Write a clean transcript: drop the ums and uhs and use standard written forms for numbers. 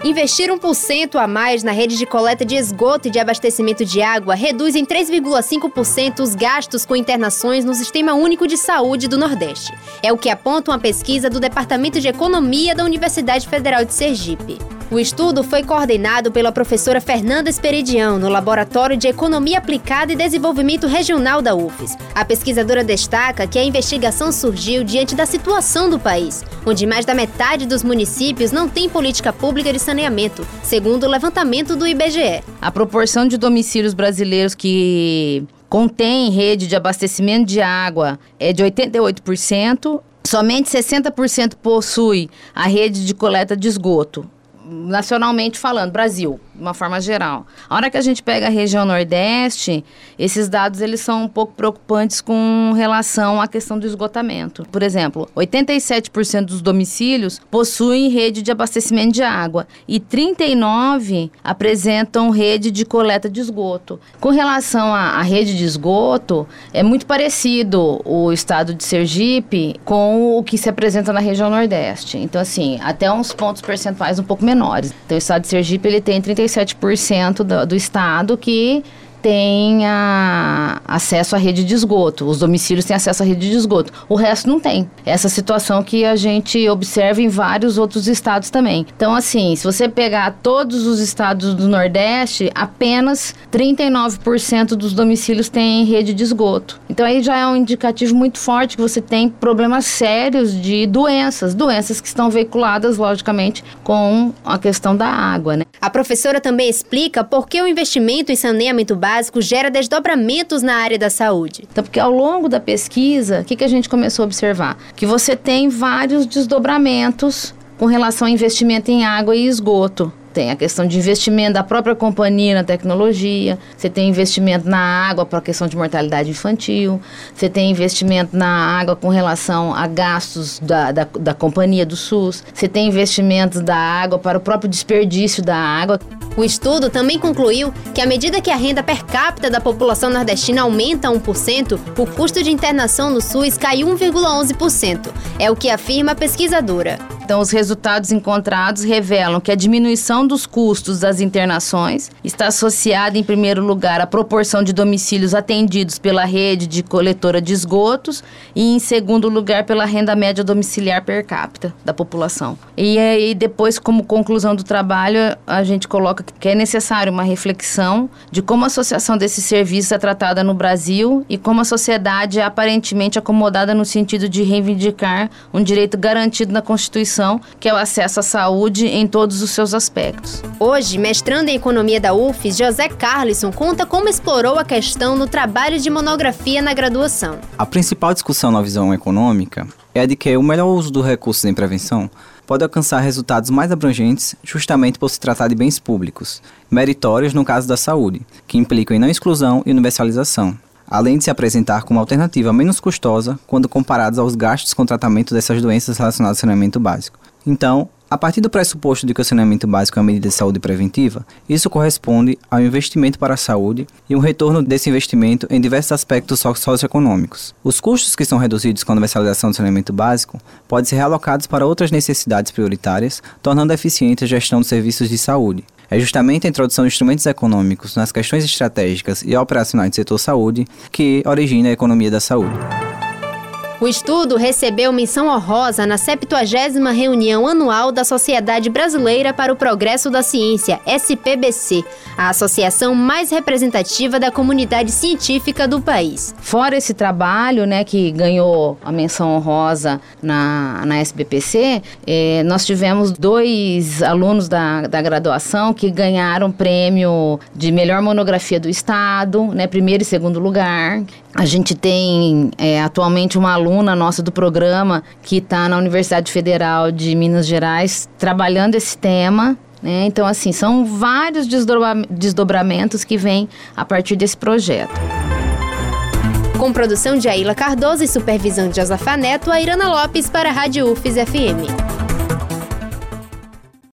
Investir 1% a mais na rede de coleta de esgoto e de abastecimento de água reduz em 3,5% os gastos com internações no Sistema Único de Saúde do Nordeste. É o que aponta uma pesquisa do Departamento de Economia da Universidade Federal de Sergipe. O estudo foi coordenado pela professora Fernanda Esperidião, no Laboratório de Economia Aplicada e Desenvolvimento Regional da UFES. A pesquisadora destaca que a investigação surgiu diante da situação do país, onde mais da metade dos municípios não tem política pública de saneamento, segundo o levantamento do IBGE. A proporção de domicílios brasileiros que contém rede de abastecimento de água é de 88%, somente 60% possui a rede de coleta de esgoto. Nacionalmente falando, Brasil, de uma forma geral. A hora que a gente pega a região Nordeste, esses dados eles são um pouco preocupantes com relação à questão do esgotamento. Por exemplo, 87% dos domicílios possuem rede de abastecimento de água e 39% apresentam rede de coleta de esgoto. Com relação à rede de esgoto, é muito parecido o estado de Sergipe com o que se apresenta na região Nordeste. Então, assim, até uns pontos percentuais um pouco menores. Então, o estado de Sergipe ele tem 37% do estado que tem acesso à rede de esgoto. Os domicílios têm acesso à rede de esgoto. O resto não tem. Essa situação que a gente observa em vários outros estados também. Então, assim, se você pegar todos os estados do Nordeste, apenas 39% dos domicílios têm rede de esgoto. Então, aí já é um indicativo muito forte que você tem problemas sérios de doenças que estão veiculadas, logicamente, com a questão da água, né? A professora também explica por que o investimento em saneamento básico gera desdobramentos na área da saúde. Então, porque ao longo da pesquisa, o que a gente começou a observar? Que você tem vários desdobramentos com relação ao investimento em água e esgoto. Tem a questão de investimento da própria companhia na tecnologia, você tem investimento na água para a questão de mortalidade infantil, você tem investimento na água com relação a gastos da companhia do SUS, você tem investimentos da água para o próprio desperdício da água. O estudo também concluiu que à medida que a renda per capita da população nordestina aumenta 1%, o custo de internação no SUS cai 1,11%. É o que afirma a pesquisadora. Então, os resultados encontrados revelam que a diminuição dos custos das internações está associada, em primeiro lugar, à proporção de domicílios atendidos pela rede de coletora de esgotos e, em segundo lugar, pela renda média domiciliar per capita da população. E aí, depois, como conclusão do trabalho, a gente coloca que é necessário uma reflexão de como a associação desses serviços é tratada no Brasil e como a sociedade é aparentemente acomodada no sentido de reivindicar um direito garantido na Constituição, que é o acesso à saúde em todos os seus aspectos. Hoje, mestrando em Economia da UFES, José Carlisson conta como explorou a questão no trabalho de monografia na graduação. A principal discussão na visão econômica é a de que o melhor uso dos recursos em prevenção pode alcançar resultados mais abrangentes justamente por se tratar de bens públicos, meritórios no caso da saúde, que implicam em não exclusão e universalização, além de se apresentar como alternativa menos custosa quando comparados aos gastos com o tratamento dessas doenças relacionadas ao saneamento básico. Então, a partir do pressuposto de que o saneamento básico é uma medida de saúde preventiva, isso corresponde ao investimento para a saúde e um retorno desse investimento em diversos aspectos socioeconômicos. Os custos que são reduzidos com a universalização do saneamento básico podem ser realocados para outras necessidades prioritárias, tornando eficiente a gestão dos serviços de saúde. É justamente a introdução de instrumentos econômicos nas questões estratégicas e operacionais do setor saúde que origina a economia da saúde. O estudo recebeu menção honrosa na 70ª reunião anual da Sociedade Brasileira para o Progresso da Ciência, SPBC, a associação mais representativa da comunidade científica do país. Fora esse trabalho, né, que ganhou a menção honrosa na SBPC, nós tivemos 2 alunos da graduação que ganharam prêmio de melhor monografia do estado, né, primeiro e segundo lugar. A gente tem atualmente uma aluna nossa do programa que está na Universidade Federal de Minas Gerais trabalhando esse tema, né? Então, assim, são vários desdobramentos que vêm a partir desse projeto. Com produção de Aila Cardoso e supervisão de Josafa Neto, a Irana Lopes para a Rádio UFES FM.